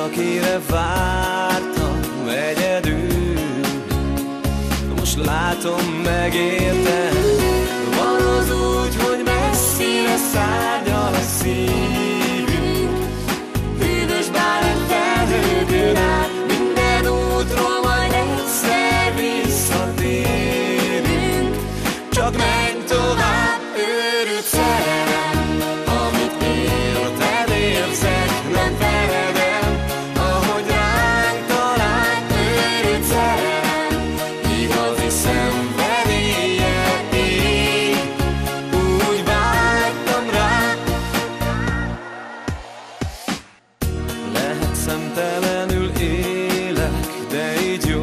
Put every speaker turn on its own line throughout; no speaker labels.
akire vártam egyedül. Most látom, megértem, van az úgy, hogy messzire szárnyal a szívünk. Hűvös bárány felhőkön át, minden útról majd egyszer visszatérünk. Csak menj tovább, őrült szerelem, amit érted érzek, nem feledem, ahogy ránk talált. Őrült szerelem, igazi szenvedéllyel ég, úgy vágytam rá. Lehet szemtelenül élek, de így jó,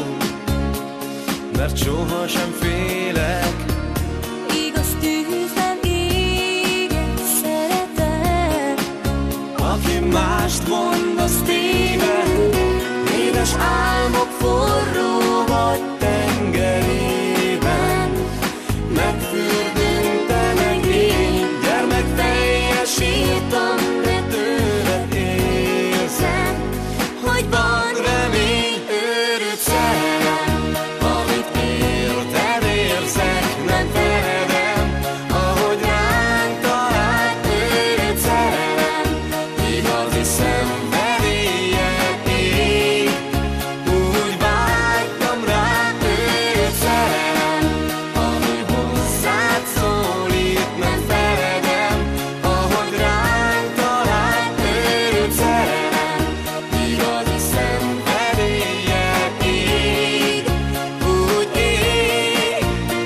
mert sohasem félek.
Igaz tűzben éget szeretem.
Aki mást mond, az téved. Édes álmok forró vagy tengerében, megfürdünk te meg én. Gyermekfejjel sírtam, de tőled érzem, hogy van remény. Őrült szerelem, amit érted érzek, nem feledem, ahogy ránk talált. Őrült szerelem, igazi szenvedéllyel ég, úgy vágytam rá. Őrült szerelem, ami hozzád szólít, nem feledem, ahogy ránk talált. Őrült szerelem, igazi szenvedéllyel ég, úgy ég.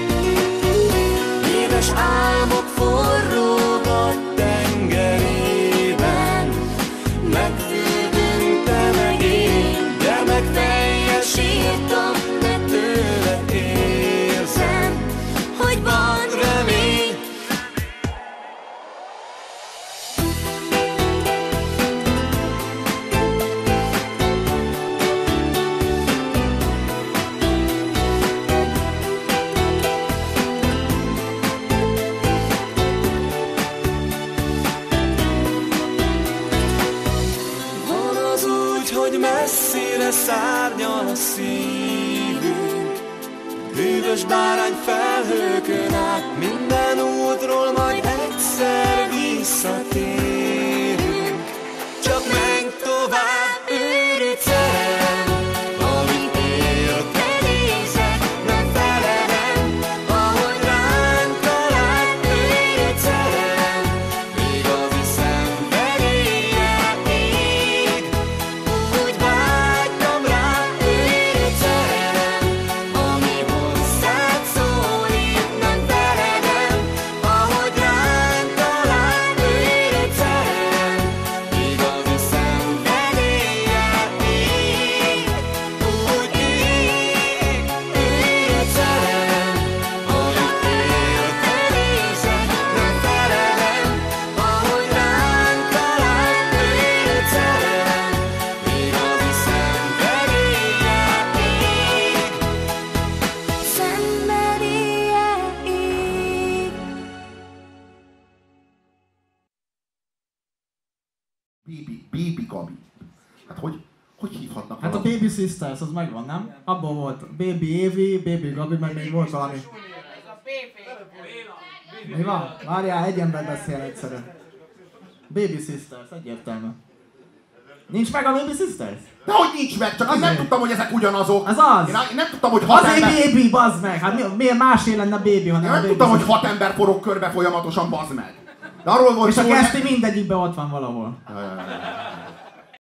Édes álmok forró vagy tengerében, megfürdünk te meg én. Gyermekfejjel sírtam, de tőled érzem, hogy van remény. Van az úgy, hogy messzire szárnyal a szívünk. Hűvös bárány felhőkön át, minden útról majd egyszer visszatérünk. Csak menj tovább, őrült szerelem, amit érted érzek, nem feledem, ahogy ránk talált. Őrült szerelem, igazi szenvedéllyel ég, úgy vágytam rá. Őrült szerelem, ami hozzád szólít, nem feledem, ahogy ránk talált. Őrült szerelem, igazi szenvedéllyel ég, úgy ég. Őrült szerelem, amit érted érzek, nem feledem, ahogy ránk talált. Őrült szerelem, igazi szenvedéllyel ég, szenvedéllyel ég.
Baby Gabi. Hát hogy hívhatnak
Hát a
valami?
Baby Sisters, az megvan, nem? Abban volt Baby Évi, Baby Gabi, meg még volt valami. Mi van? Várjál, egy ember beszél egyszerűen. Baby Sisters, egyértelmű. Nincs meg a Baby Sisters?
De hogy nincs meg, csak én nem
Azért.
tudtam, hogy ezek ugyanazok.
Ez az!
Én nem tudtam, hogy 6
Azért
ember...
Baby, bazd meg! Hát miért másé lenne Baby,
Én
hanem a
nem
Baby
tudtam, hogy
Sisters?
6 ember forog körbe folyamatosan, bazd meg. De arról volt
És a
szó, hogy...
Keszti mindegyikben ott van valahol.
Ja.